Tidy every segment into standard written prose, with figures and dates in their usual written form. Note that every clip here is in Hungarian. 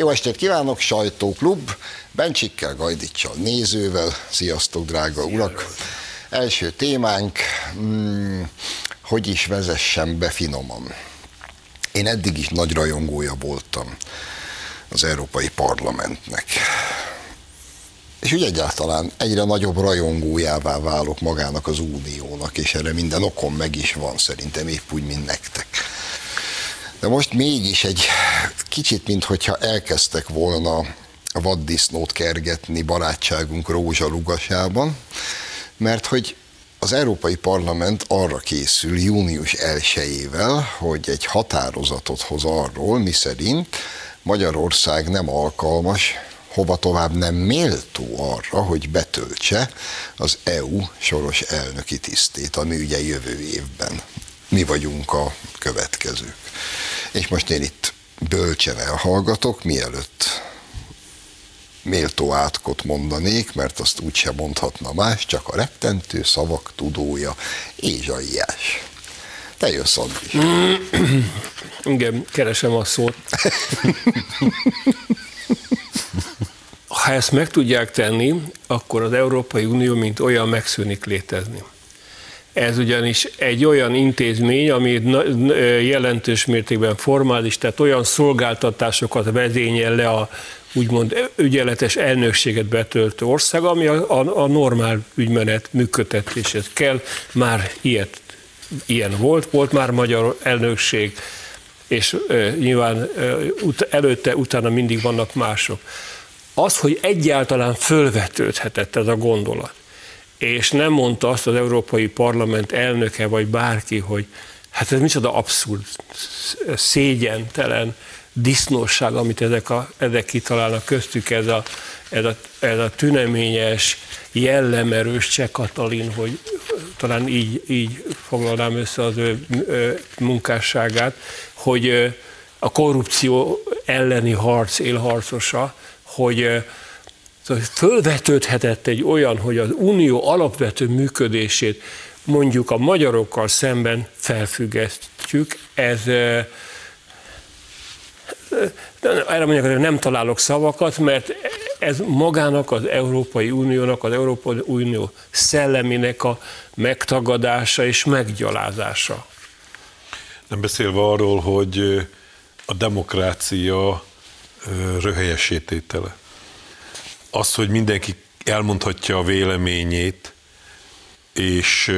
Jó estét kívánok, Sajtóklub, Bencsikkel, Gajdicsal, nézővel. Sziasztok, drága urak! Első témánk, hogy is vezessem be finoman. Én eddig is nagy rajongója voltam az Európai Parlamentnek. És úgy egyáltalán egyre nagyobb rajongójává válok magának az Uniónak, és erre minden okom meg is van szerintem, épp úgy, mint nektek. De most mégis egy kicsit, minthogyha elkezdtek volna a vaddisznót kergetni barátságunk rózsalugasában, mert hogy az Európai Parlament arra készül június 1-ével, hogy egy határozatot hoz arról, miszerint Magyarország nem alkalmas, hova tovább nem méltó arra, hogy betöltse az EU soros elnöki tisztét, ami ugye jövő évben. Mi vagyunk a következők. És most én itt bölcsen elhallgatok, mielőtt méltó átkot mondanék, mert azt úgyse mondhatna más, csak a rettentő szavak tudója, Ézsaiás. Te jössz, Andris. Igen, keresem a szót. Ha ezt meg tudják tenni, akkor az Európai Unió mint olyan megszűnik létezni. Ez ugyanis egy olyan intézmény, ami jelentős mértékben formális, tehát olyan szolgáltatásokat vezényel le a úgymond ügyeletes elnökséget betöltő ország, ami a normál ügymenet működtetéshez kell. Már ilyen volt már magyar elnökség, és nyilván előtte, utána mindig vannak mások. Az, hogy egyáltalán fölvetődhetett ez a gondolat, és nem mondta azt az Európai Parlament elnöke, vagy bárki, hogy hát ez micsoda abszurd, szégyentelen disznóság, amit ezek kitalálnak, köztük ez a tüneményes, jellemerős Cseh Katalin, hogy talán így foglalnám össze az ő munkásságát, hogy a korrupció elleni harc élharcosa, hogy fölvetődhetett egy olyan, hogy az unió alapvető működését mondjuk a magyarokkal szemben felfüggesztjük. Erre mondjuk, hogy nem találok szavakat, mert ez magának az Európai Uniónak, az Európai Unió szellemének a megtagadása és meggyalázása. Nem beszélve arról, hogy a demokrácia röhelyessé tétele. Az, hogy mindenki elmondhatja a véleményét, és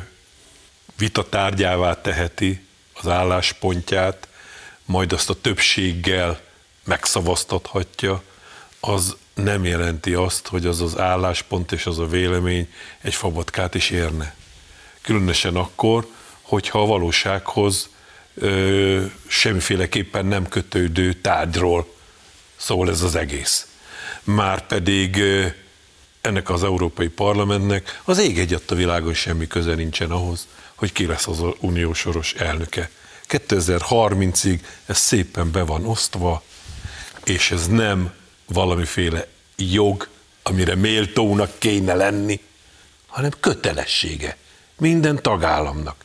vita tárgyává teheti az álláspontját, majd azt a többséggel megszavaztathatja, az nem jelenti azt, hogy az az álláspont és az a vélemény egy fabatkát is érne. Különösen akkor, hogyha a valósághoz semmiféleképpen nem kötődő tárgyról szól ez az egész. Márpedig ennek az Európai Parlamentnek az ég egyatt a világon semmi köze nincsen ahhoz, hogy ki lesz az unió soros elnöke. 2030-ig ez szépen be van osztva, és ez nem valamiféle jog, amire méltónak kéne lenni, hanem kötelessége minden tagállamnak.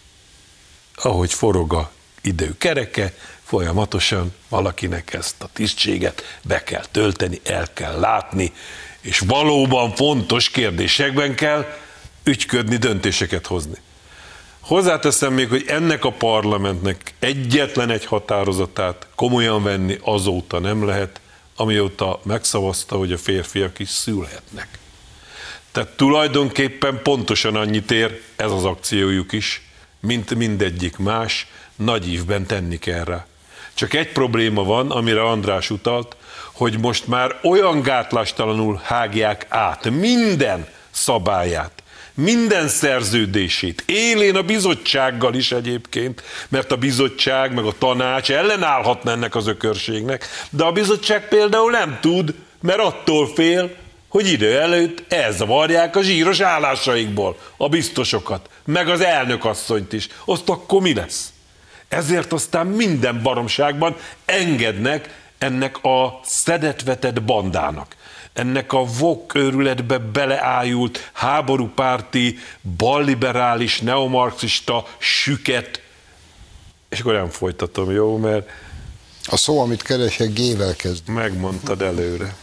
Ahogy forog a idő kereke, folyamatosan valakinek ezt a tisztséget be kell tölteni, el kell látni, és valóban fontos kérdésekben kell ügyködni, döntéseket hozni. Hozzáteszem még, hogy ennek a parlamentnek egyetlen egy határozatát komolyan venni azóta nem lehet, amióta megszavazta, hogy a férfiak is szülhetnek. Tehát tulajdonképpen pontosan annyit ér ez az akciójuk is, mint mindegyik más, nagy ívben tenni kell rá. Csak egy probléma van, amire András utalt, hogy most már olyan gátlástalanul hágják át minden szabályát, minden szerződését, élén a bizottsággal is egyébként, mert a bizottság meg a tanács ellenállhatna ennek az ökörségnek, de a bizottság például nem tud, mert attól fél, hogy idő előtt elzavarják a zsíros állásaikból a biztosokat, meg az elnökasszonyt is. Azt akkor mi lesz? Ezért aztán minden baromságban engednek ennek a szedetvetett bandának, ennek a vok őrületbe beleájult, háborúpárti, balliberális, neomarxista, süket, és akkor nem folytatom, jó, mert A szó, amit keresek, G-vel kezd. Megmondtad előre.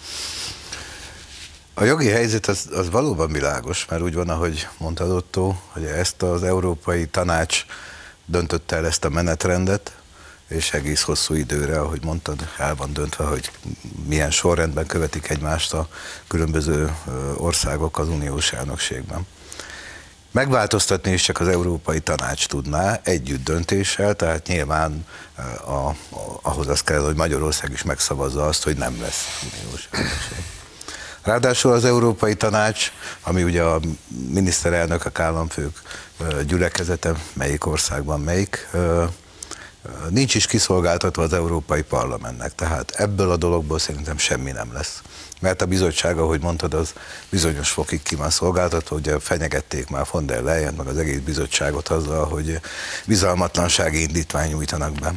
A jogi helyzet az valóban világos, mert úgy van, ahogy mondtad Otto, hogy ezt az Európai Tanács döntötte el ezt a menetrendet, és egész hosszú időre, ahogy mondtad, el van döntve, hogy milyen sorrendben követik egymást a különböző országok az uniós elnökségben. Megváltoztatni is csak az Európai Tanács tudná együtt döntéssel, tehát nyilván ahhoz az kell, hogy Magyarország is megszavazza azt, hogy nem lesz uniós elnökség. Ráadásul az Európai Tanács, ami ugye a miniszterelnökök, államfők gyülekezete, melyik országban melyik, nincs is kiszolgáltatva az Európai Parlamentnek, tehát ebből a dologból szerintem semmi nem lesz. Mert a bizottság, ahogy mondtad, az bizonyos fokig ki van szolgáltatva, ugye fenyegették már von der Leyen, meg az egész bizottságot azzal, hogy bizalmatlansági indítvány nyújtanak be.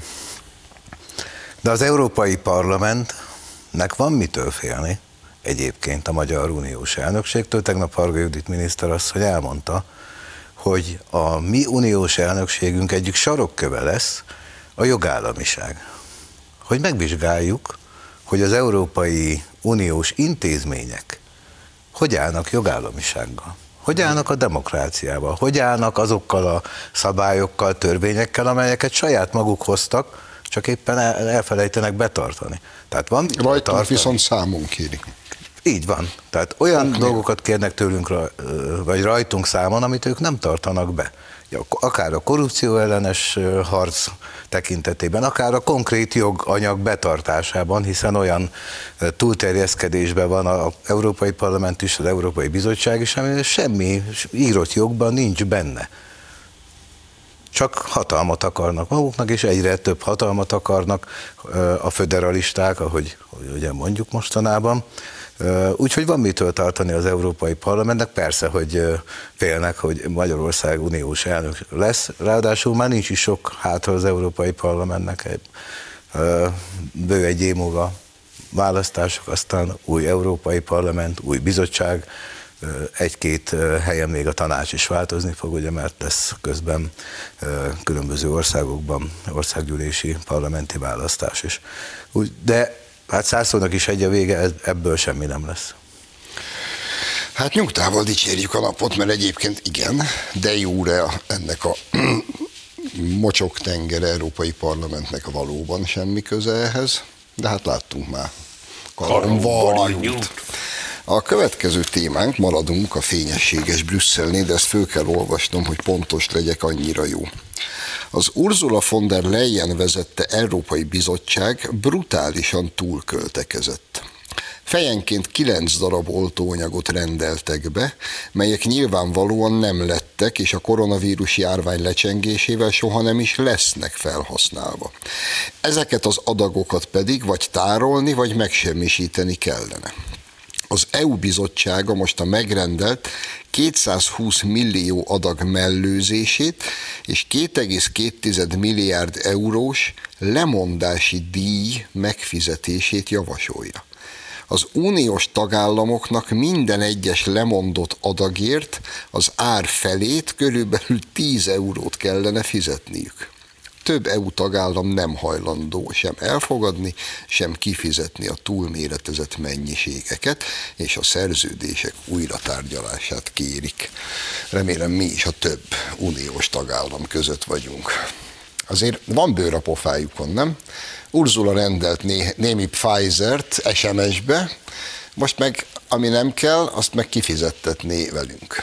De az Európai Parlamentnek van mitől félni egyébként a Magyar Uniós Elnökségtől. Tegnap Varga Judit miniszterasszony elmondta, hogy a mi uniós elnökségünk egyik sarokköve lesz a jogállamiság. Hogy megvizsgáljuk, hogy az Európai Uniós intézmények hogy állnak jogállamisággal, hogy állnak a demokráciával, hogy állnak azokkal a szabályokkal, törvényekkel, amelyeket saját maguk hoztak, csak éppen elfelejtenek betartani. Tehát van rajtunk viszont számon kérik. Így van. Tehát olyan dolgokat kérnek tőlünk, vagy rajtunk számon, amit ők nem tartanak be. Akár a korrupció ellenes harc tekintetében, akár a konkrét joganyag betartásában, hiszen olyan túlterjeszkedésben van az Európai Parlament is, az Európai Bizottság is, ami semmi írott jogban nincs benne. Csak hatalmat akarnak maguknak, és egyre több hatalmat akarnak a föderalisták, ahogy ugye mondjuk mostanában. Úgyhogy van mitől tartani az Európai Parlamentnek, persze, hogy félnek, hogy Magyarország uniós elnök lesz, ráadásul már nincs is sok hátra az Európai Parlamentnek, bő egy év múlva választások, aztán új Európai Parlament, új bizottság, egy-két helyen még a tanács is változni fog, ugye, mert lesz közben különböző országokban országgyűlési parlamenti választás is. De hát Szászlónak is egy a vége, ebből semmi nem lesz. Hát nyugtával dicsérjük a napot, mert egyébként igen, de jóre ennek a mocsoktenger Európai Parlamentnek valóban semmi köze ehhez, de hát láttunk már karomvarjút. A következő témánk, maradunk a fényességes Brüsszelnél, de ezt föl kell olvasnom, hogy pontos legyek, annyira jó. Az Ursula von der Leyen vezette Európai Bizottság brutálisan túlköltekezett. Fejenként 9 darab oltóanyagot rendeltek be, melyek nyilvánvalóan nem lettek, és a koronavírus járvány lecsengésével soha nem is lesznek felhasználva. Ezeket az adagokat pedig vagy tárolni, vagy megsemmisíteni kellene. Az EU bizottsága most a megrendelt 220 millió adag mellőzését és 2,2 milliárd eurós lemondási díj megfizetését javasolja. Az uniós tagállamoknak minden egyes lemondott adagért az ár felét, körülbelül 10 eurót kellene fizetniük. Több EU tagállam nem hajlandó sem elfogadni, sem kifizetni a túlméretezett mennyiségeket, és a szerződések újratárgyalását kérik. Remélem mi is a több uniós tagállam között vagyunk. Azért van bőr a pofájukon, nem? Ursula rendelt némi Pfizert SMS-be, most meg ami nem kell, azt meg kifizettetné velünk.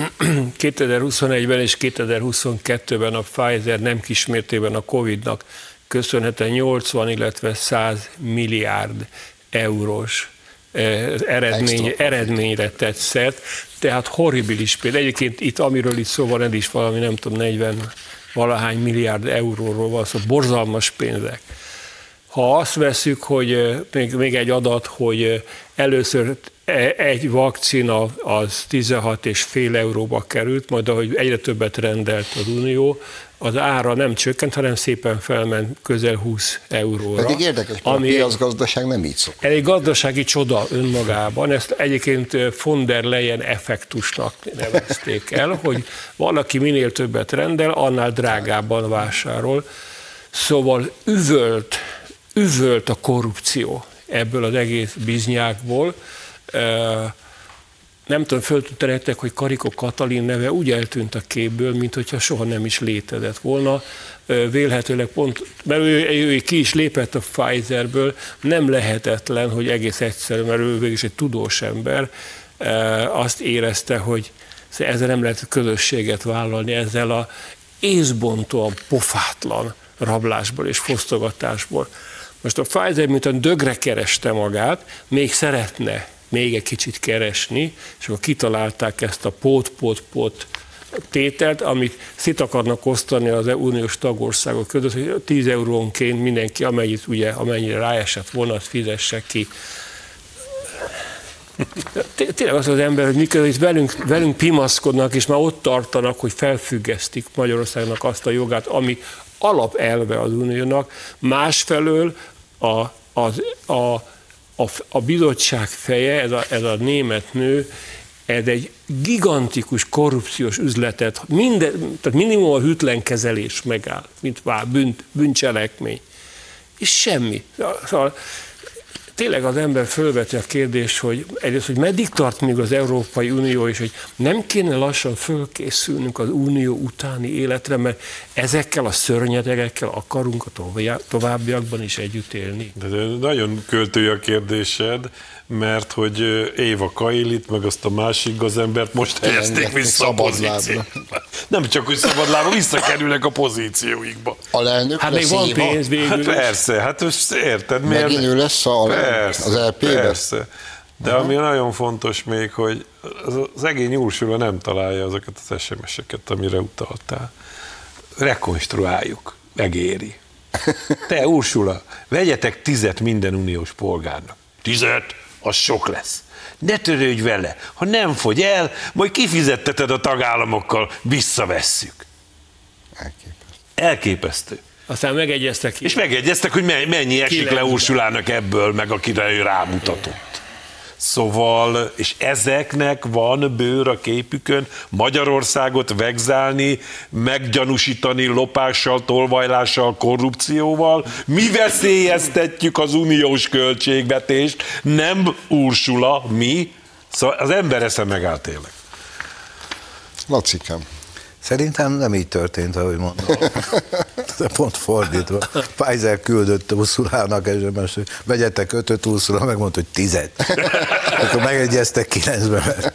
2021-ben és 2022-ben a Pfizer nem kismértében a Covid-nak köszönhetően 80, illetve 100 milliárd eurós eredményre tett szert, tehát horribilis példa. Egyébként itt, amiről itt szó van, ez is valami, nem tudom, 40 valahány milliárd euróról van szó, borzalmas pénzek. Ha azt veszük, hogy még egy adat, hogy először egy vakcina az 16,5 euróba került, majd ahogy egyre többet rendelt az Unió, az ára nem csökkent, hanem szépen felment közel 20 euróra. Pedig érdekes, mert a piacgazdaság nem így szokott. Egy gazdasági csoda önmagában, ezt egyébként von der Leyen effektusnak nevezték el, hogy valaki minél többet rendel, annál drágábban vásárol. Szóval üvölt üvölt a korrupció ebből az egész biznyákból. Nem tudom, föltűnte nektek, hogy Karikó Katalin neve úgy eltűnt a képből, mint hogyha soha nem is létezett volna. Vélhetőleg pont, mert ő ki is lépett a Pfizerből, nem lehetetlen, hogy egész egyszerű, mert ő végül is egy tudós ember, azt érezte, hogy ezzel nem lehet közösséget vállalni, ezzel a észbontóan pofátlan rablásból és fosztogatásból. Most a Pfizer, mint a dögre kereste magát, még szeretne még egy kicsit keresni, és akkor kitalálták ezt a pót tételt, amit szét akarnak osztani az uniós tagországok között, hogy 10 eurónként mindenki, amennyire ráesett volna, azt fizesse ki. Tényleg az ember, hogy miközben itt velünk pimaszkodnak, és már ott tartanak, hogy felfüggesztik Magyarországnak azt a jogát, ami alapelve az uniónak, másfelől a bizottság feje, ez a német nő, ez egy gigantikus korrupciós üzletet, tehát minimum a hűtlen kezelés megáll, mint bűncselekmény. És semmi. Szóval tényleg az ember fölveti a kérdést, hogy egyrészt, hogy meddig tart még az Európai Unió, és hogy nem kéne lassan fölkészülnünk az unió utáni életre, mert ezekkel a szörnyetegekkel akarunk a továbbiakban is együtt élni. De nagyon költői a kérdésed, mert hogy Éva Kailit, meg azt a másik gazembert most helyezték vissza a pozícióba. Nem csak, hogy szabadlábra, visszakerülnek a pozícióikba. Alelnök hát még van pénz végül. Hát persze, hát most érted, miért? Megint ő lesz az LP-ben? Persze. De ami nagyon fontos még, hogy az egény Ursula nem találja azokat az SMS-eket, amire utaltál. Rekonstruáljuk, megéri. Te, Ursula, vegyetek 10 minden uniós polgárnak. 10, az sok lesz. Ne törődj vele, ha nem fogy el, majd kifizetteted a tagállamokkal, visszavesszük. Elképesztő. Aztán megegyeztek. És megegyeztek, hogy mennyi esik le Ursulának ebből, meg akire ő rámutatott. Szóval, és ezeknek van bőr a képükön Magyarországot vegzálni, meggyanúsítani lopással, tolvajlással, korrupcióval. Mi veszélyeztetjük az uniós költségvetést, nem Ursula, mi. Szóval az ember esze megállt tényleg. Lacikám. Szerintem nem így történt, ahogy mondom. De pont fordítva. Pfizer küldött Ursulának SMS, hogy vegyetek 5-öt, Ursula megmondta, hogy 10. Akkor megegyeztek 9-ben, mert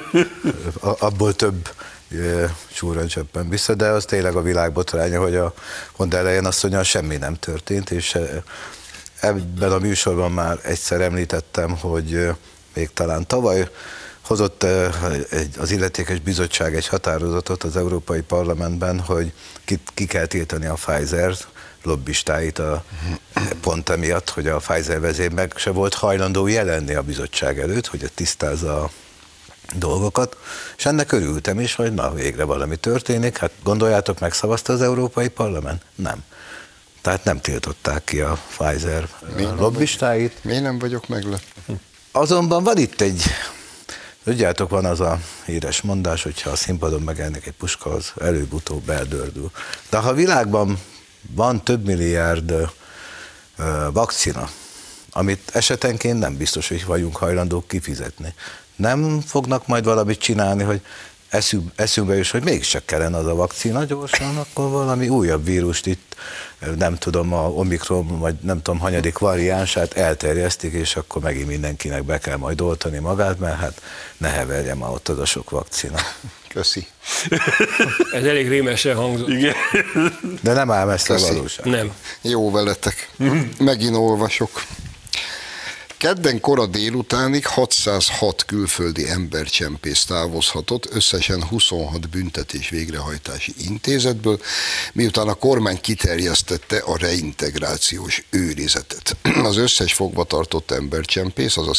abból több csúran csöppen vissza, de az tényleg a világ botránya, hogy a von der Leyen asszonnyal semmi nem történt, és ebben a műsorban már egyszer említettem, hogy még talán tavaly hozott az illetékes bizottság egy határozatot az Európai Parlamentben, hogy ki kell tiltani a Pfizer lobbistáit pont emiatt, hogy a Pfizer vezér meg se volt hajlandó jelenni a bizottság előtt, hogy tisztázza a dolgokat, és ennek örültem is, hogy na, végre valami történik. Hát gondoljátok, megszavazta az Európai Parlament? Nem. Tehát nem tiltották ki a Pfizer lobbistáit. Miért nem vagyok meglepve? Azonban van itt egy, tudjátok, van az a híres mondás, hogyha a színpadon megjelenik egy puska, az előbb-utóbb eldördül. De ha a világban van több milliárd vakcina, amit esetenként nem biztos, hogy vagyunk hajlandók kifizetni, nem fognak majd valamit csinálni, hogy eszünkbe is, hogy mégiscsak kellene az a vakcina gyorsan, akkor valami újabb vírust itt, nem tudom, a Omikron, vagy nem tudom, hanyadik variánsát elterjesztik, és akkor megint mindenkinek be kell majd oltani magát, mert hát ne heverje már ott az a sok vakcina. Köszi. Ez elég rémesen hangzott. Igen. De nem áll messze a valóság. Nem. Jó veletek. Megint olvasok. Kedden kora délutánig 606 külföldi embercsempész távozhatott, összesen 26 büntetés végrehajtási intézetből, miután a kormány kiterjesztette a reintegrációs őrizetet. Az összes fogvatartott embercsempész, azaz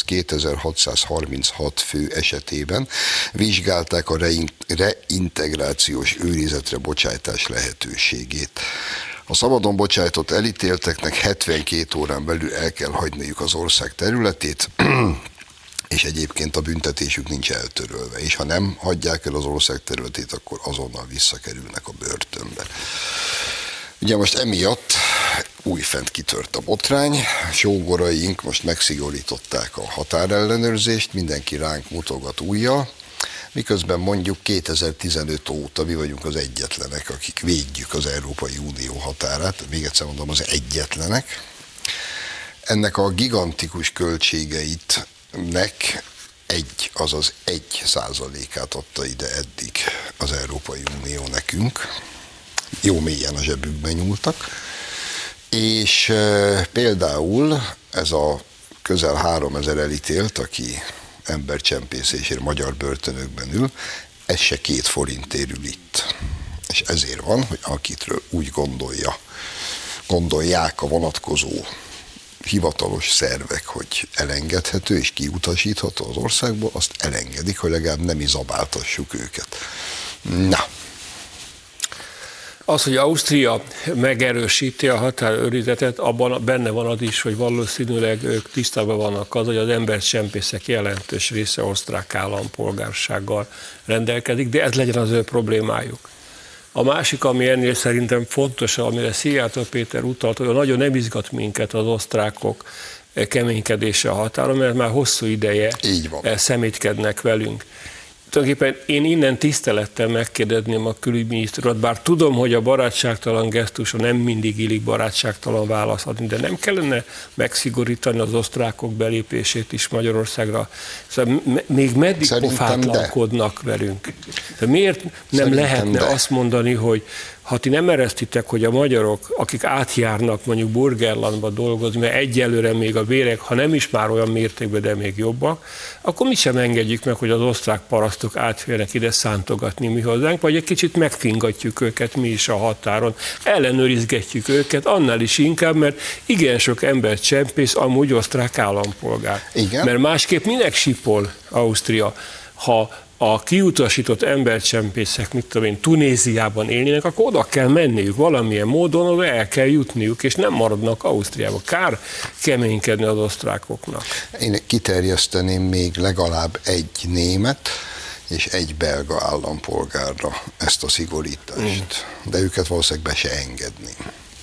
2636 fő esetében vizsgálták a reintegrációs őrizetre bocsájtás lehetőségét. A szabadon bocsájtott elítélteknek 72 órán belül el kell hagyniuk az ország területét, és egyébként a büntetésük nincs eltörölve. És ha nem hagyják el az ország területét, akkor azonnal visszakerülnek a börtönbe. Ugye most emiatt újfent kitört a botrány, sógoraink most megszigorították a határellenőrzést, mindenki ránk mutogat ujjal, miközben mondjuk 2015 óta mi vagyunk az egyetlenek, akik védjük az Európai Unió határát, még egyszer mondom, az egyetlenek. Ennek a gigantikus költségeitnek 1% adta ide eddig az Európai Unió nekünk. Jó mélyen a zsebükben nyúltak. És például ez a közel 3000 elítélt, aki embercsempészésért magyar börtönökben ül, ez se 2 forintért ül itt. És ezért van, hogy akitről úgy gondolják a vonatkozó hivatalos szervek, hogy elengedhető és kiutasítható az országból, azt elengedik, hogy legalább nem izabáltassuk őket. Na. Az, hogy Ausztria megerősíti a határőrizetet, abban benne van az is, hogy valószínűleg ők tisztában vannak az, hogy az embercsempészek jelentős része osztrák állampolgársággal rendelkezik, de ez legyen az ő problémájuk. A másik, ami ennél szerintem fontos, amire Szijjártó Péter utalt, hogy nagyon nem izgat minket az osztrákok keménykedése a határon, mert már hosszú ideje szemétkednek velünk. Tulajdonképpen én innen tisztelettel megkérdezném a külügyminisztert, bár tudom, hogy a barátságtalan gesztusa nem mindig illik barátságtalan választ adni, de nem kellene megszigorítani az osztrákok belépését is Magyarországra. Szóval még meddig pofátlankodnak velünk? De miért nem lehetne azt mondani, hogy ha ti nem eresztitek, hogy a magyarok, akik átjárnak mondjuk Burgenlandba dolgozni, mert egyelőre még a bérek, ha nem is már olyan mértékben, de még jobbak, akkor mi sem engedjük meg, hogy az osztrák parasztok átférnek ide szántogatni mi hozzánk, vagy egy kicsit megfingatjuk őket mi is a határon, ellenőrizgetjük őket, annál is inkább, mert igen sok embercsempész amúgy osztrák állampolgár. Igen. Mert másképp minek sipol Ausztria, ha a kiutasított embercsempészek, mit tudom én, Tunéziában élnének, akkor oda kell menniük valamilyen módon, oda el kell jutniuk, és nem maradnak Ausztriába. Kár keménykedni az osztrákoknak. Én kiterjeszteném még legalább egy német és egy belga állampolgárra ezt a szigorítást. De őket valószínűleg be se engedni.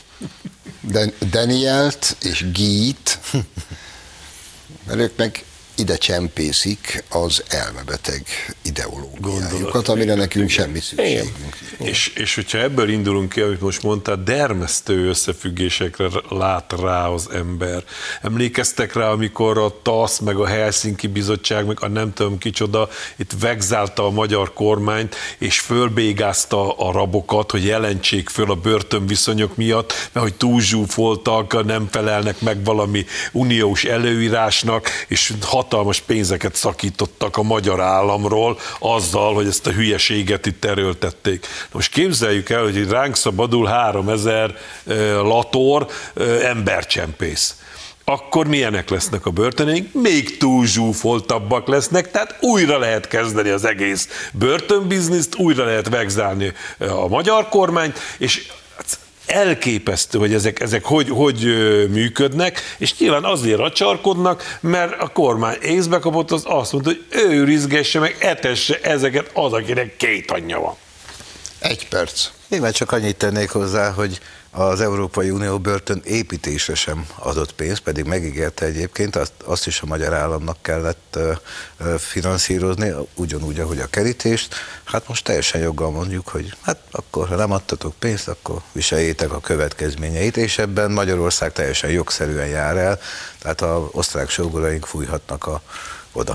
Danielt és Guyt, mert ők meg ide csempészik az elmebeteg ideológiájukat, amire nekünk semmi szükségünk. És hogyha ebből indulunk ki, amit most mondtál, dermesztő összefüggésekre lát rá az ember. Emlékeztek rá, amikor a TASZ, meg a Helsinki Bizottság, meg a nem tudom kicsoda, itt vegzálta a magyar kormányt, és fölbégázta a rabokat, hogy jelentsék föl a börtönviszonyok miatt, mert hogy túlzsúfoltak, nem felelnek meg valami uniós előírásnak, és hatalmas pénzeket szakítottak a magyar államról azzal, hogy ezt a hülyeséget itt erőltették. Most képzeljük el, hogy itt ránk szabadul 3000 lator embercsempész. Akkor milyenek lesznek a börtöneink? Még túlzsúfoltabbak lesznek, tehát újra lehet kezdeni az egész börtönbizniszt, újra lehet vegzálni a magyar kormányt, és elképesztő, hogy ezek hogy működnek, és nyilván azért acsarkodnak, mert a kormány észbe kapott, az azt mondta, hogy ő őrizgesse meg, etesse ezeket az, akinek 2 anyja van. 1 perc. Én már csak annyit tennék hozzá, hogy az Európai Unió börtön építésre sem adott pénzt, pedig megígérte egyébként, azt is a magyar államnak kellett finanszírozni, ugyanúgy, ahogy a kerítést. Hát most teljesen joggal mondjuk, hogy hát akkor, ha nem adtatok pénzt, akkor viseljétek a következményeit, és ebben Magyarország teljesen jogszerűen jár el, tehát az osztrák sógoraink fújhatnak oda.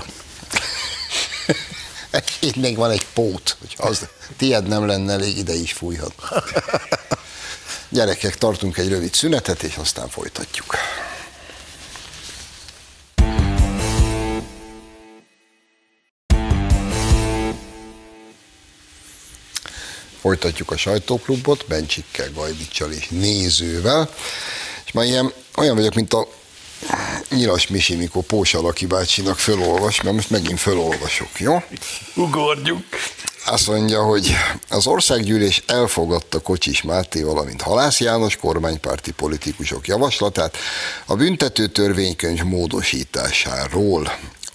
Itt még van egy pót, hogy az tiéd nem lenne elég, ide is fújhat. Gyerekek, tartunk egy rövid szünetet, és aztán folytatjuk. Folytatjuk a sajtóklubot, Bencsikkel, Gajdicsal és nézővel, és már olyan vagyok, mint a Nyilas Misi, mikor Pósa Laki bácsinak fölolvas, mert most megint fölolvasok, jó? Ugorjuk. Azt mondja, hogy az országgyűlés elfogadta Kocsis Máté, valamint Halász János kormánypárti politikusok javaslatát a büntető törvénykönyv módosításáról.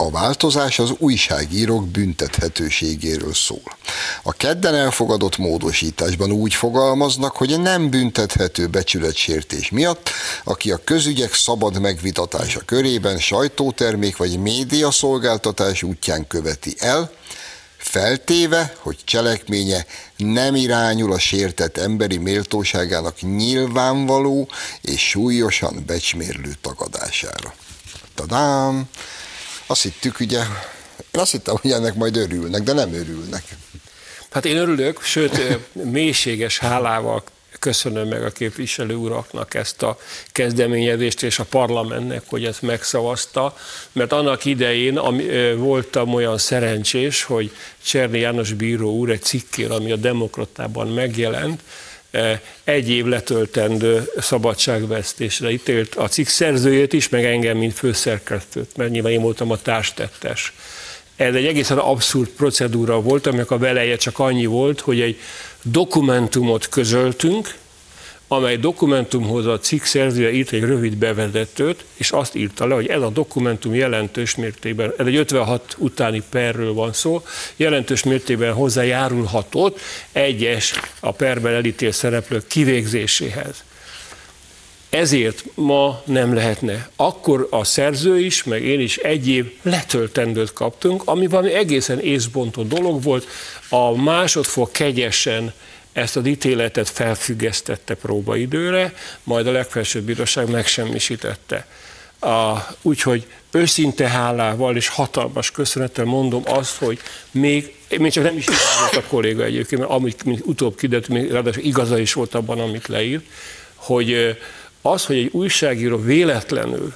A változás az újságírók büntethetőségéről szól. A kedden elfogadott módosításban úgy fogalmaznak, hogy nem büntethető becsületsértés miatt, aki a közügyek szabad megvitatása körében sajtótermék vagy médiaszolgáltatás útján követi el, feltéve, hogy cselekménye nem irányul a sértett emberi méltóságának nyilvánvaló és súlyosan becsmérlő tagadására. Tadám! Azt hittük, ugye, én azt hittem, hogy ennek majd örülnek, de nem örülnek. Hát én örülök, sőt, mélységes hálával köszönöm meg a képviselő uraknak ezt a kezdeményezést és a parlamentnek, hogy ezt megszavazta, mert annak idején voltam olyan szerencsés, hogy Cserny János bíró úr egy cikkén, ami a Demokratában megjelent, 1 év letöltendő szabadságvesztésre ítélt a cikk szerzőjét is, meg engem, mint főszerkesztőt, mert nyilván én voltam a társtettes. Ez egy egészen abszurd procedúra volt, aminek a veleje csak annyi volt, hogy egy dokumentumot közöltünk, amely dokumentumhoz a cikk szerzője írt egy rövid bevezetőt, és azt írta le, hogy ez a dokumentum jelentős mértékben, ez egy 56 utáni perről van szó, jelentős mértékben hozzájárulhatott egyes a perben elítélt szereplők kivégzéséhez. Ezért ma nem lehetne. Akkor a szerző is, meg én is 1 év letöltendőt kaptunk, ami valami egészen észbontó dolog volt. A másodfok kegyesen ezt az ítéletet felfüggesztette próbaidőre, majd a legfelsőbb bíróság megsemmisítette. Úgyhogy őszinte hálával és hatalmas köszönettel mondom azt, hogy még csak nem is igazolta a kolléga egyébként, mert amit utóbb kiderült, még ráadásul igaza is volt abban, amit leírt, hogy az, hogy egy újságíró véletlenül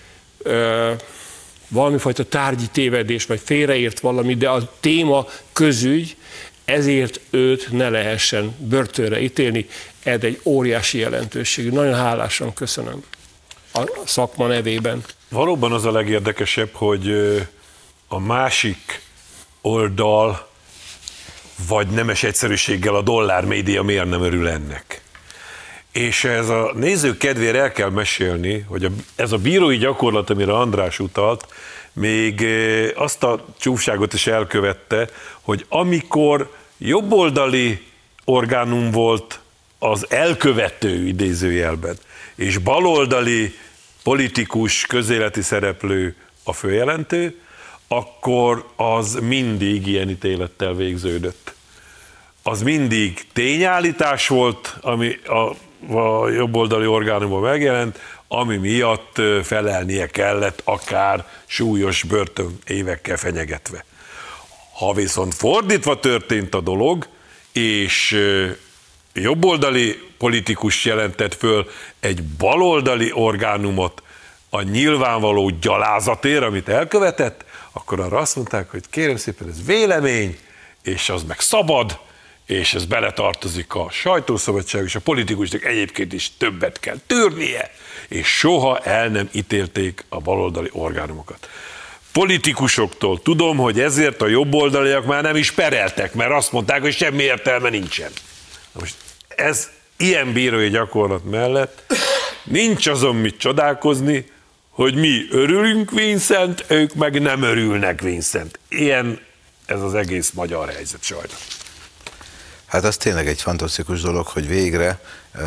valamifajta tárgyi tévedés, vagy félreért valami, de a téma közügy, ezért őt ne lehessen börtönre ítélni. Ez egy óriási jelentőségű. Nagyon hálásan köszönöm a szakma nevében. Valóban az a legérdekesebb, hogy a másik oldal, vagy nemes egyszerűséggel a dollár média miért nem örül ennek. És ez a nézők kedvére el kell mesélni, hogy ez a bírói gyakorlat, amire András utalt, még azt a csúfságot is elkövette, hogy amikor jobboldali orgánum volt az elkövető idézőjelben, és baloldali politikus, közéleti szereplő a főjelentő, akkor az mindig ilyen ítélettel végződött. Az mindig tényállítás volt, ami a jobboldali orgánumban megjelent, ami miatt felelnie kellett, akár súlyos börtönévekkel fenyegetve. Ha viszont fordítva történt a dolog, és jobboldali politikus jelentett föl egy baloldali orgánumot a nyilvánvaló gyalázatért, amit elkövetett, akkor arra azt mondták, hogy kérem szépen, ez vélemény, és az meg szabad, és ez beletartozik a sajtószabadság, és a politikusnak egyébként is többet kell tűrnie, és soha el nem ítélték a baloldali orgánumokat. Politikusoktól tudom, hogy ezért a jobboldaliak már nem is pereltek, mert azt mondták, hogy semmi értelme nincsen. Most ez ilyen bírói gyakorlat mellett nincs azon mit csodálkozni, hogy mi örülünk Vincent, ők meg nem örülnek Vincent. Ilyen ez az egész magyar helyzet sajnos. Hát az tényleg egy fantasztikus dolog, hogy végre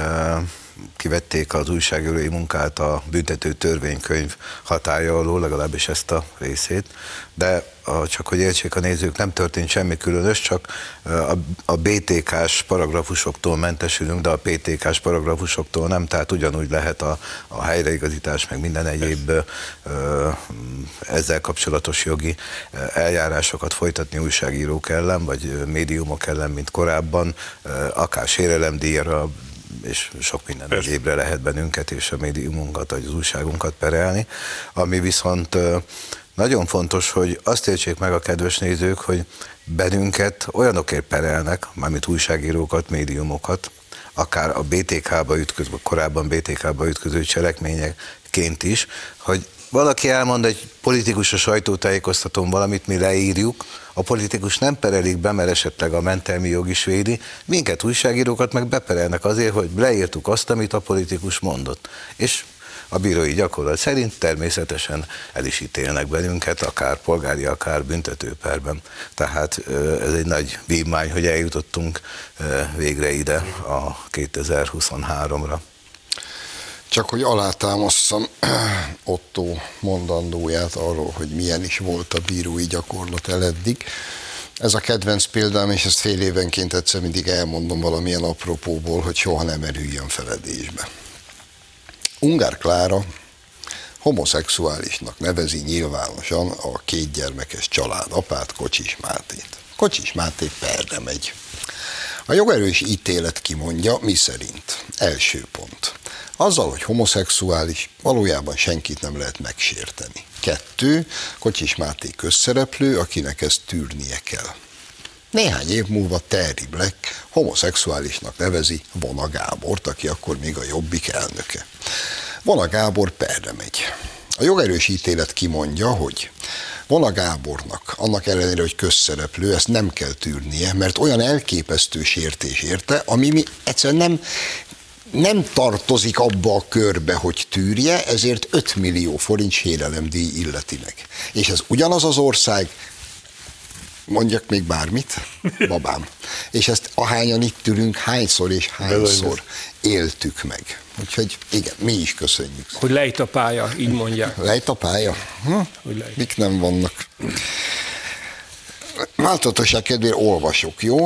kivették az újságírói munkát a büntető törvénykönyv hatálya alól, legalábbis ezt a részét, de csak hogy értsék a nézők, nem történt semmi különös, csak a BTK-s paragrafusoktól mentesülünk, de a PTK-s paragrafusoktól nem, tehát ugyanúgy lehet a helyreigazítás, meg minden egyéb ezzel kapcsolatos jogi eljárásokat folytatni újságírók ellen, vagy médiumok ellen, mint korábban, akár sérelemdíjra, és sok minden egyébre lehet bennünket és a médiumunkat, vagy az újságunkat perelni, ami viszont nagyon fontos, hogy azt értsék meg a kedves nézők, hogy bennünket olyanokért perelnek, mármint újságírókat, médiumokat, akár a BTK-ba ütköző, korábban BTK-ba ütköző cselekményeként is, hogy valaki elmond egy politikus a sajtótájékoztatón valamit, mi leírjuk, a politikus nem perelik be, mert esetleg a mentelmi jog is védi, minket újságírókat meg beperelnek azért, hogy leírtuk azt, amit a politikus mondott. És A bírói gyakorlat szerint természetesen el is ítélnek bennünket, akár polgári, akár büntetőperben. Tehát ez egy nagy vívmány, hogy eljutottunk végre ide a 2023-ra. Csak hogy alátámasszam Otto mondandóját arról, hogy milyen is volt a bírói gyakorlat eleddig. Ez a kedvenc példám, és ezt fél évenként egyszer mindig elmondom valamilyen apropóból, hogy soha nem merüljön feledésbe. Ungár Klára homoszexuálisnak nevezi nyilvánosan a 2 gyermekes családapát, Kocsis Mátét. Kocsis Máté perre megy. A jogerős ítélet kimondja, miszerint. Első pont. Azzal, hogy homoszexuális, valójában senkit nem lehet megsérteni. 2. Kocsis Máté közszereplő, akinek ezt tűrnie kell. Néhány év múlva Terry Black homoszexuálisnak nevezi Vona Gábort, aki akkor még a Jobbik elnöke. Vona Gábor perre megy. A jogerős ítélet kimondja, hogy Vona Gábornak, annak ellenére, hogy közszereplő, ezt nem kell tűrnie, mert olyan elképesztő sértés érte, ami egyszerűen nem tartozik abba a körbe, hogy tűrje, ezért 5 millió forint sérelemdíj illeti meg. És ez ugyanaz az ország, mondjak még bármit, babám. És ezt ahányan itt ülünk, hányszor és hányszor éltük meg. Úgyhogy igen, mi is köszönjük. Hogy lejt a pálya, így mondják. Lejt a pálya? Mik nem vannak? Változatosság kedvéért olvasok, jó?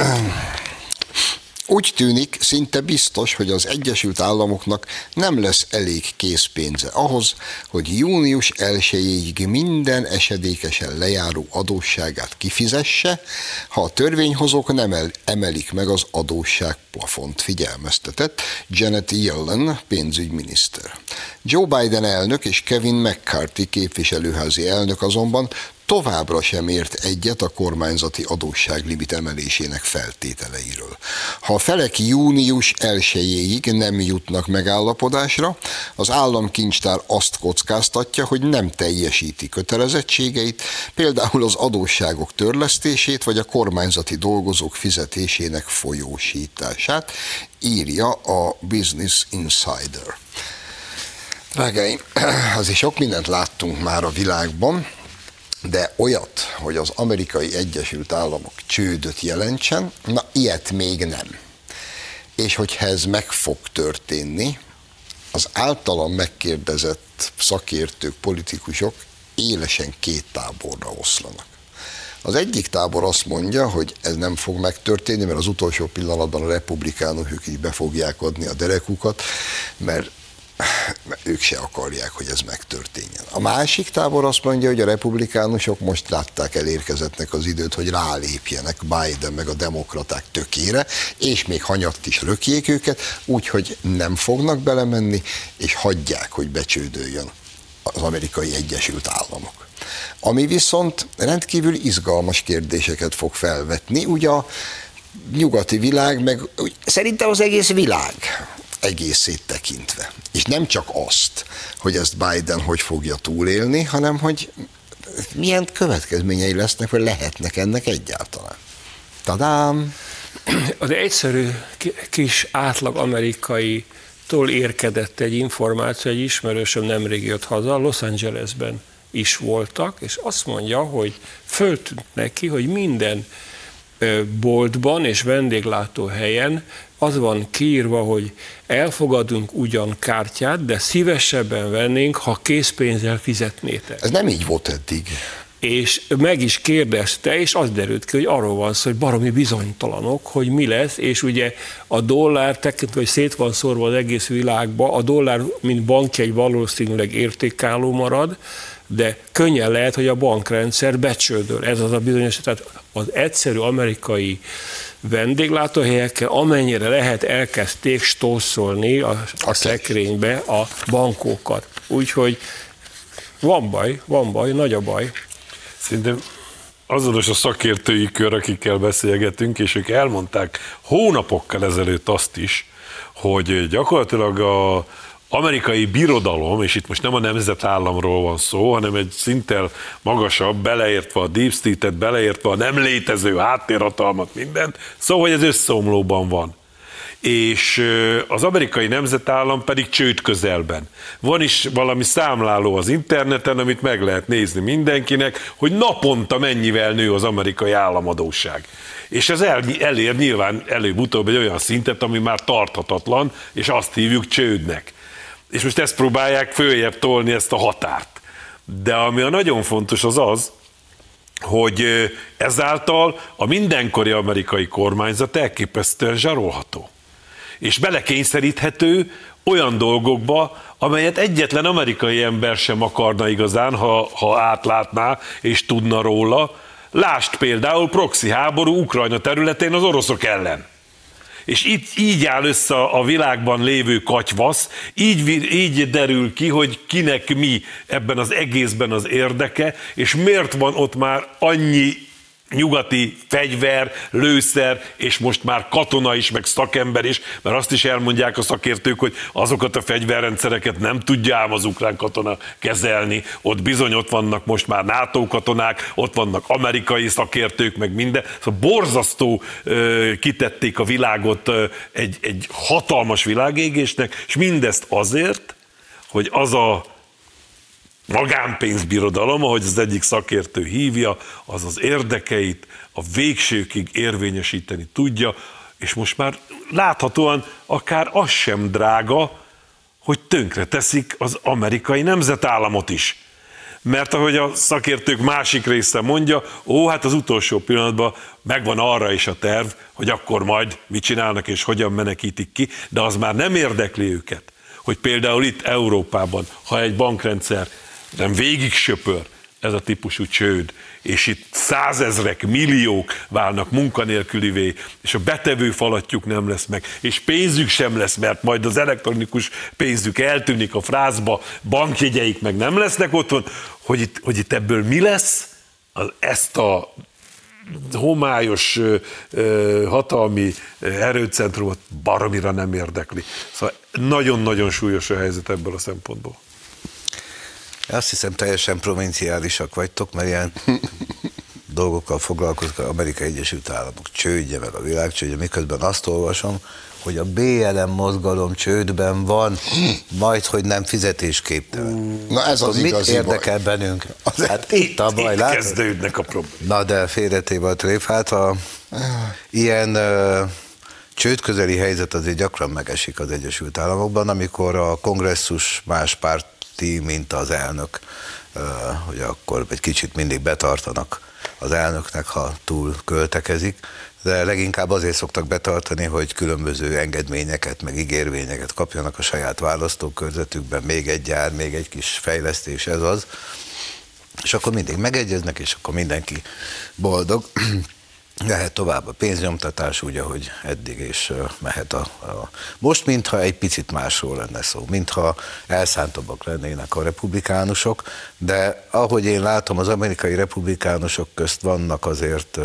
Úgy tűnik, szinte biztos, hogy az Egyesült Államoknak nem lesz elég készpénze ahhoz, hogy június 1-ig minden esedékesen lejáró adósságát kifizesse, ha a törvényhozók nem emelik meg az adósság plafont, figyelmeztetett Janet Yellen pénzügyminiszter. Joe Biden elnök és Kevin McCarthy képviselőházi elnök azonban továbbra sem ért egyet a kormányzati adósságlimit emelésének feltételeiről. Ha a felek június 1-ig nem jutnak megállapodásra, az államkincstár azt kockáztatja, hogy nem teljesíti kötelezettségeit, például az adósságok törlesztését, vagy a kormányzati dolgozók fizetésének folyósítását, írja a Business Insider. Drágáim, azért sok mindent láttunk már a világban, de olyat, hogy az Amerikai Egyesült Államok csődöt jelentsen, na ilyet még nem. És hogyha ez meg fog történni, az általam megkérdezett szakértők, politikusok élesen 2 táborra oszlanak. Az egyik tábor azt mondja, hogy ez nem fog megtörténni, mert az utolsó pillanatban a republikánusok is be fogják adni a derekukat, mert ők se akarják, hogy ez megtörténjen. A másik tábor azt mondja, hogy a republikánusok most látták elérkezettnek az időt, hogy rálépjenek Biden meg a demokraták tökére, és még hanyatt is lökjék őket, úgyhogy nem fognak belemenni, és hagyják, hogy becsődöljön az Amerikai Egyesült Államok. Ami viszont rendkívül izgalmas kérdéseket fog felvetni, ugye a nyugati világ, meg szerintem az egész világ egészét tekintve. És nem csak azt, hogy ezt Biden hogy fogja túlélni, hanem hogy milyen következményei lesznek, vagy lehetnek ennek egyáltalán. Tadám! Az egyszerű kis átlag amerikaitól érkedett egy információ, egy ismerősöm nemrég jött haza, Los Angelesben is voltak, és azt mondja, hogy föltűnt neki, hogy minden boltban és vendéglátóhelyen az van kiírva, hogy elfogadunk ugyan kártyát, de szívesebben vennénk, ha készpénzzel fizetnétek. Ez nem így volt eddig. És meg is kérdezte, és az derült ki, hogy arról van szó, hogy baromi bizonytalanok, hogy mi lesz, és ugye a dollár tekintve, hogy szét van szórva az egész világba, a dollár, mint bankjegy valószínűleg értékálló marad, de könnyen lehet, hogy a bankrendszer becsődöl. Ez az a bizonyos, tehát az egyszerű amerikai vendéglátóhelyekkel, amennyire lehet, elkezdték stószolni a szekrénybe a bankókat. Úgyhogy van baj, nagy a baj. Szerintem azonos a szakértői kör, akikkel beszélgetünk, és ők elmondták hónapokkal ezelőtt azt is, hogy gyakorlatilag az amerikai birodalom, és itt most nem a nemzetállamról van szó, hanem egy szinttel magasabb, beleértve a Deep State-et, beleértve a nem létező háttérhatalmat, mindent, szóval, hogy ez összeomlóban van. és az amerikai nemzetállam pedig csőd közelben. Van is valami számláló az interneten, amit meg lehet nézni mindenkinek, hogy naponta mennyivel nő az amerikai államadósság. És ez elér nyilván előbb-utóbb egy olyan szintet, ami már tarthatatlan, és azt hívjuk csődnek. És most ezt próbálják följebb tolni, ezt a határt. De ami a nagyon fontos az az, hogy ezáltal a mindenkori amerikai kormányzat elképesztően zsarolható. És belekényszeríthető olyan dolgokba, amelyet egyetlen amerikai ember sem akarna igazán, ha átlátná és tudna róla. Lásd például proxy háború Ukrajna területén az oroszok ellen. És így áll össze a világban lévő katyvasz, így derül ki, hogy kinek mi ebben az egészben az érdeke, és miért van ott már annyi nyugati fegyver, lőszer, és most már katona is, meg szakember is, mert azt is elmondják a szakértők, hogy azokat a fegyverrendszereket nem tudja ám az ukrán katona kezelni. Ott bizony ott vannak most már NATO katonák, ott vannak amerikai szakértők, meg minden. Szóval borzasztó kitették a világot egy hatalmas világégésnek, és mindezt azért, hogy az a magánpénzbirodalom, ahogy az egyik szakértő hívja, az az érdekeit a végsőkig érvényesíteni tudja, és most már láthatóan akár az sem drága, hogy tönkre teszik az amerikai nemzetállamot is. Mert ahogy a szakértők másik része mondja, hát az utolsó pillanatban megvan arra is a terv, hogy akkor majd mit csinálnak és hogyan menekítik ki, de az már nem érdekli őket, hogy például itt Európában, ha egy bankrendszer nem végig söpör ez a típusú csőd, és itt százezrek, milliók válnak munkanélkülivé, és a betevő falatjuk nem lesz meg, és pénzük sem lesz, mert majd az elektronikus pénzük eltűnik a frászba, bankjegyeik meg nem lesznek otthon, hogy itt ebből mi lesz, ezt a homályos hatalmi erőcentrumot baromira nem érdekli. Szóval nagyon-nagyon súlyos a helyzet ebből a szempontból. Azt hiszem, teljesen provinciálisak vagytok, mert ilyen dolgokkal foglalkozik az Amerikai Egyesült Államok csődje, meg a világ csődje, miközben azt olvasom, hogy a BLM mozgalom csődben van, majd, hogy nem fizetésképtelen. Na ez az igazi mit érdekel baj. Bennünk? Hát itt a baj, látod? Kezdődnek a problémák. Na de félretéve a tréf, hát ilyen csődközeli helyzet azért gyakran megesik az Egyesült Államokban, amikor a kongresszus más párti, mint az elnök, hogy akkor egy kicsit mindig betartanak az elnöknek, ha túl költekezik, de leginkább azért szoktak betartani, hogy különböző engedményeket, meg ígérvényeket kapjanak a saját választókörzetükben, még egy gyár, még egy kis fejlesztés, ez az, és akkor mindig megegyeznek, és akkor mindenki boldog. Lehet tovább a pénznyomtatás, úgy, ahogy eddig, és mehet Most mintha egy picit másról lenne szó, mintha elszántabbak lennének a republikánusok, de ahogy én látom, az amerikai republikánusok közt vannak azért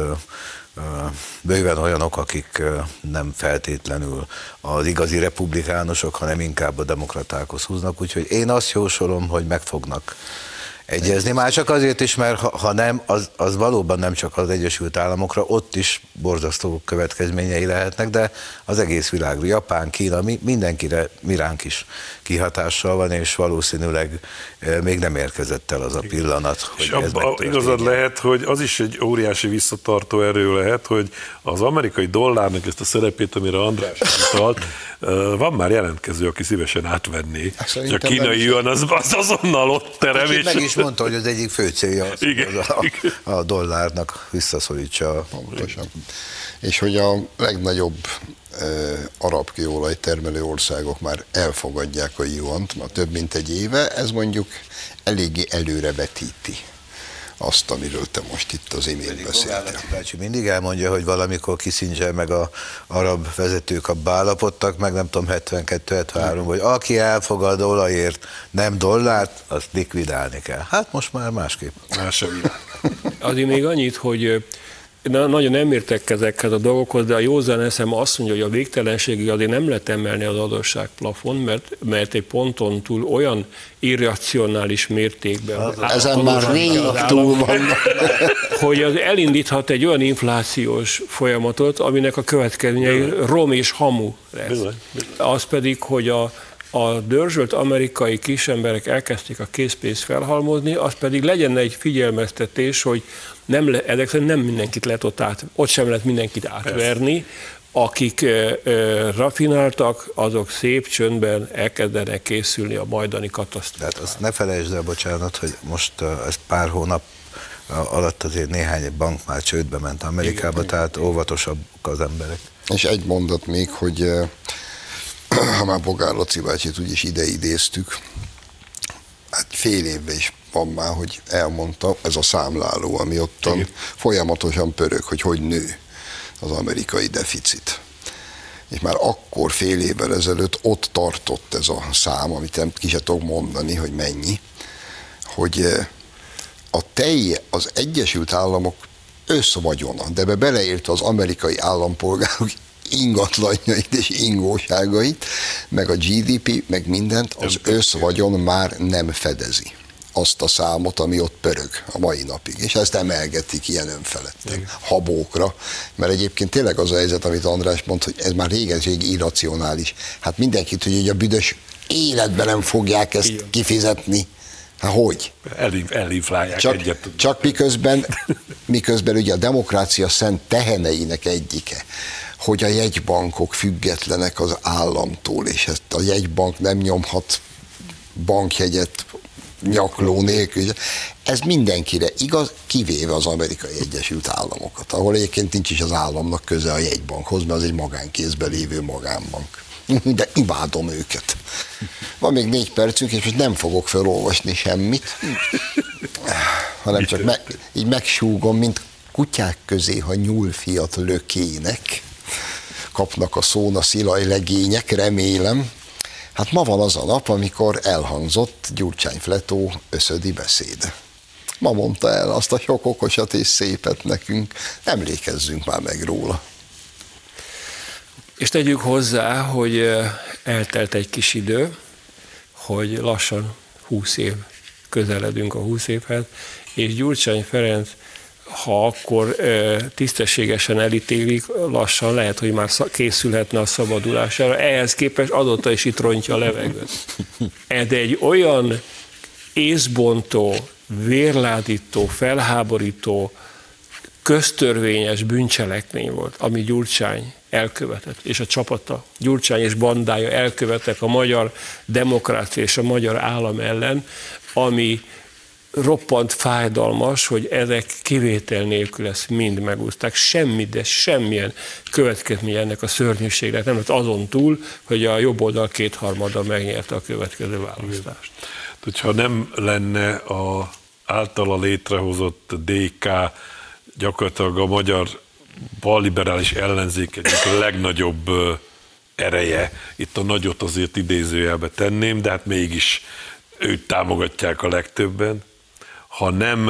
bőven olyanok, akik nem feltétlenül az igazi republikánusok, hanem inkább a demokratákhoz húznak, úgyhogy én azt jósolom, hogy meg fognak egyezni. Már csak azért is, mert ha nem, az valóban nem csak az Egyesült Államokra, ott is borzasztó következményei lehetnek, de az egész világra, Japán, Kína, mindenkire, mi ránk is kihatással van, és valószínűleg még nem érkezett el az a pillanat, hogy és ez megtörténjen. Igazad lehet, hogy az is egy óriási visszatartó erő lehet, hogy az amerikai dollárnak ezt a szerepét, amire András utalt, van már jelentkező, aki szívesen átvenné, és a kínai yuan az azonnal ott terem. És meg is mondta, hogy az egyik fő célja az, hogy a dollárnak visszaszorítsa. Pontosan. És hogy a legnagyobb arab kőolaj termelő országok már elfogadják a yuant, ma több mint egy éve, ez mondjuk eléggé előrevetíti azt, amiről te most itt az imént beszéltél. Bácsi mindig elmondja, hogy valamikor Kissinger meg az arab vezetők abba állapodtak, meg nem tudom, 72-73, hogy aki elfogad olajért nem dollárt, azt likvidálni kell. Hát most már másképp. Más a világ. Azért még annyit, hogy nagyon nem értek ezekhez a dolgokhoz, de a józan eszem azt mondja, hogy a végtelenségig azért nem lehet emelni az adósságplafon, mert egy ponton túl olyan irracionális mértékben... Ezen már rég túl vannak. Hogy az elindíthat egy olyan inflációs folyamatot, aminek a következményei rom és hamu lesz. Az pedig, hogy a dörzsölt amerikai kisemberek elkezdték a készpénzt felhalmozni, az pedig legyen egy figyelmeztetés, hogy ezek szerint nem mindenkit lehet ott sem lehet mindenkit átverni, akik rafináltak, azok szép csöndben elkezdenek készülni a majdani katasztrófára. Tehát azt ne felejtsd el, bocsánat, hogy most ez pár hónap alatt azért néhány bank már csődbe ment Amerikába, igen, tehát óvatosabbak az emberek. És egy mondat még, hogy ha már Bogár Laci bácsit úgyis ide idéztük, hát fél évben is van már, hogy elmondta, ez a számláló, ami ottan folyamatosan pörög, hogy nő az amerikai deficit. És már akkor fél évvel ezelőtt ott tartott ez a szám, amit nem ki sem tudok mondani, hogy mennyi, hogy az Egyesült Államok összvagyona, de beleértve az amerikai állampolgárok ingatlanjait és ingóságait, meg a GDP, meg mindent, az összvagyon már nem fedezi azt a számot, ami ott pörög a mai napig. És ezt emelgetik ilyen önfeledten, habókra, mert egyébként tényleg az a helyzet, amit András mond, hogy ez már régen-régi irracionális. Hát mindenki tudja, hogy a büdös életben nem fogják ezt kifizetni. Hát hogy? Elinflálják egyet. Csak miközben ugye a demokrácia szent teheneinek egyike, hogy a jegybankok függetlenek az államtól, és ezt a jegybank nem nyomhat bankjegyet nyakló nélkül. Ez mindenkire igaz, kivéve az Amerikai Egyesült Államokat, ahol egyébként nincs is az államnak köze a jegybankhoz, mert az egy magánkézben lévő magánbank. De imádom őket. Van még 4 percünk, és most nem fogok felolvasni semmit, hanem csak így megsúgom, mint kutyák közé, ha nyúlfiat lökének, kapnak a szóna szilaj legények, remélem. Hát ma van az a nap, amikor elhangzott Gyurcsány Fletó összödi beszéde. Ma mondta el azt a sok okosat és szépet nekünk, emlékezzünk már meg róla. És tegyük hozzá, hogy eltelt egy kis idő, hogy lassan 20 év, közeledünk a 20 évhez, és Gyurcsány Ferenc, ha akkor tisztességesen elítélik, lassan lehet, hogy már készülhetne a szabadulására. Ehhez képest azóta is itt rontja a levegőt. De egy olyan észbontó, vérládító, felháborító, köztörvényes bűncselekmény volt, ami Gyurcsány elkövetett, és a csapata, Gyurcsány és bandája elkövettek a magyar demokrácia és a magyar állam ellen, ami roppant fájdalmas, hogy ezek kivétel nélkül ezt mind megúzták. Semmi, de semmilyen következménye ennek a szörnyűségnek nem lett azon túl, hogy a jobb oldal 2/3 megnyerte a következő választást. Hogyha nem lenne az általa létrehozott DK gyakorlatilag a magyar balliberális ellenzék egyik legnagyobb ereje, itt a nagyot azért idézőjelbe tenném, de hát mégis őt támogatják a legtöbben. Ha nem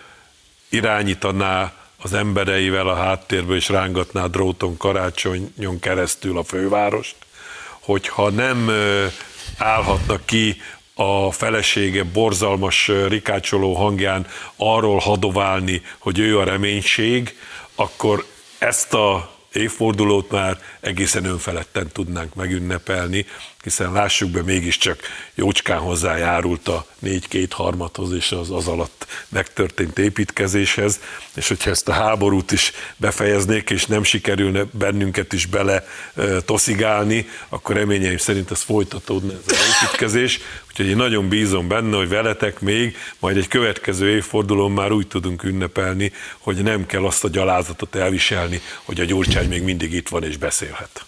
irányítaná az embereivel a háttérből és rángatná dróton Karácsonyon keresztül a fővárost, hogyha nem állhatna ki a felesége borzalmas rikácsoló hangján arról hadoválni, hogy ő a reménység, akkor ezt a évfordulót már egészen önfeledten tudnánk megünnepelni, hiszen lássuk be, mégiscsak jócskán hozzájárult a 4/2 és az alatt megtörtént építkezéshez, és hogyha ezt a háborút is befejeznék, és nem sikerülne bennünket is bele toszigálni, akkor reményeim szerint ez folytatódna ez az építkezés, úgyhogy én nagyon bízom benne, hogy veletek még majd egy következő évfordulón már úgy tudunk ünnepelni, hogy nem kell azt a gyalázatot elviselni, hogy a Gyurcsány még mindig itt van és beszélhet.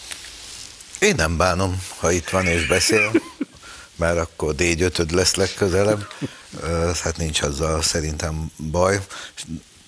Én nem bánom, ha itt van és beszél, mert akkor D5-öd lesz legközelebb, hát nincs azzal szerintem baj.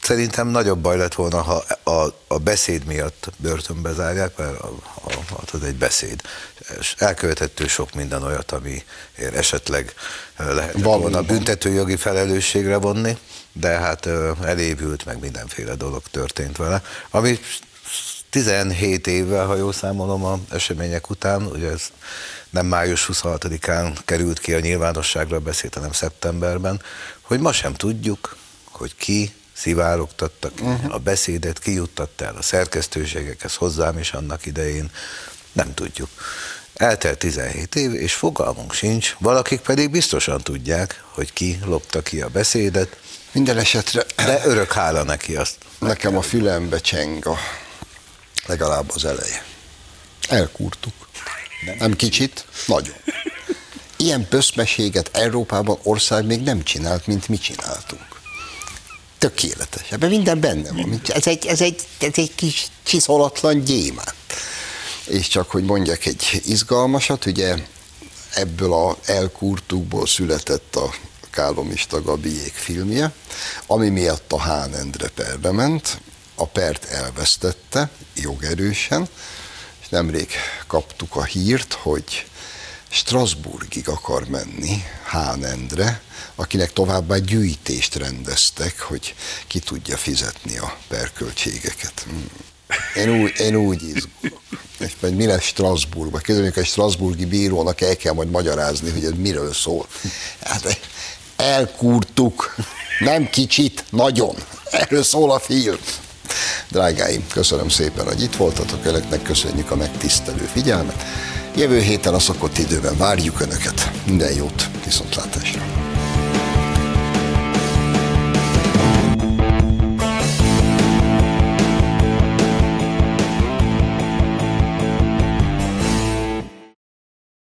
Szerintem nagyobb baj lett volna, ha a beszéd miatt börtönbe zárják, mert az egy beszéd. Elkövetett sok minden olyat, ami esetleg lehetett volna büntetőjogi felelősségre vonni, de hát elévült, meg mindenféle dolog történt vele. Ami 17 évvel, ha jól számolom az események után, ugye ez nem május 26-án került ki a nyilvánosságra a beszéd, hanem szeptemberben, hogy ma sem tudjuk, hogy ki szivárogtatta ki a beszédet, ki juttatta el a szerkesztőségekhez, hozzám is annak idején, nem tudjuk. Eltelt 17 év, és fogalmunk sincs, valakik pedig biztosan tudják, hogy ki lopta ki a beszédet. Minden esetre... De örök hála neki azt. Nekem a fülembe cseng legalább az eleje. Elkúrtuk. Nem kicsit, nagyon. Ilyen pöszmeséget Európában ország még nem csinált, mint mi csináltunk. Tökéletes. Ebben minden benne van. Ez egy kis csiszolatlan gyémánt. És csak, hogy mondjak egy izgalmasat, ugye ebből az elkúrtukból született a Kálomista Gabiék filmje, ami miatt a Hán Endre perbe ment, a pert elvesztette jogerősen, és nemrég kaptuk a hírt, hogy Strasbourgig akar menni Hán Endre, akinek továbbá gyűjtést rendeztek, hogy ki tudja fizetni a perköltségeket. Én úgy izgulok. És majd mi lesz Strasbourgban? Kérdezik, hogy a strasbourgi bírónak el kell majd magyarázni, hogy ez miről szól. Hát elkúrtuk, nem kicsit, nagyon. Erről szól a film. Drágáim, köszönöm szépen, hogy itt voltatok, önöknek köszönjük a megtisztelő figyelmet. Jövő héten a szokott időben várjuk Önöket. Minden jót, viszontlátásra!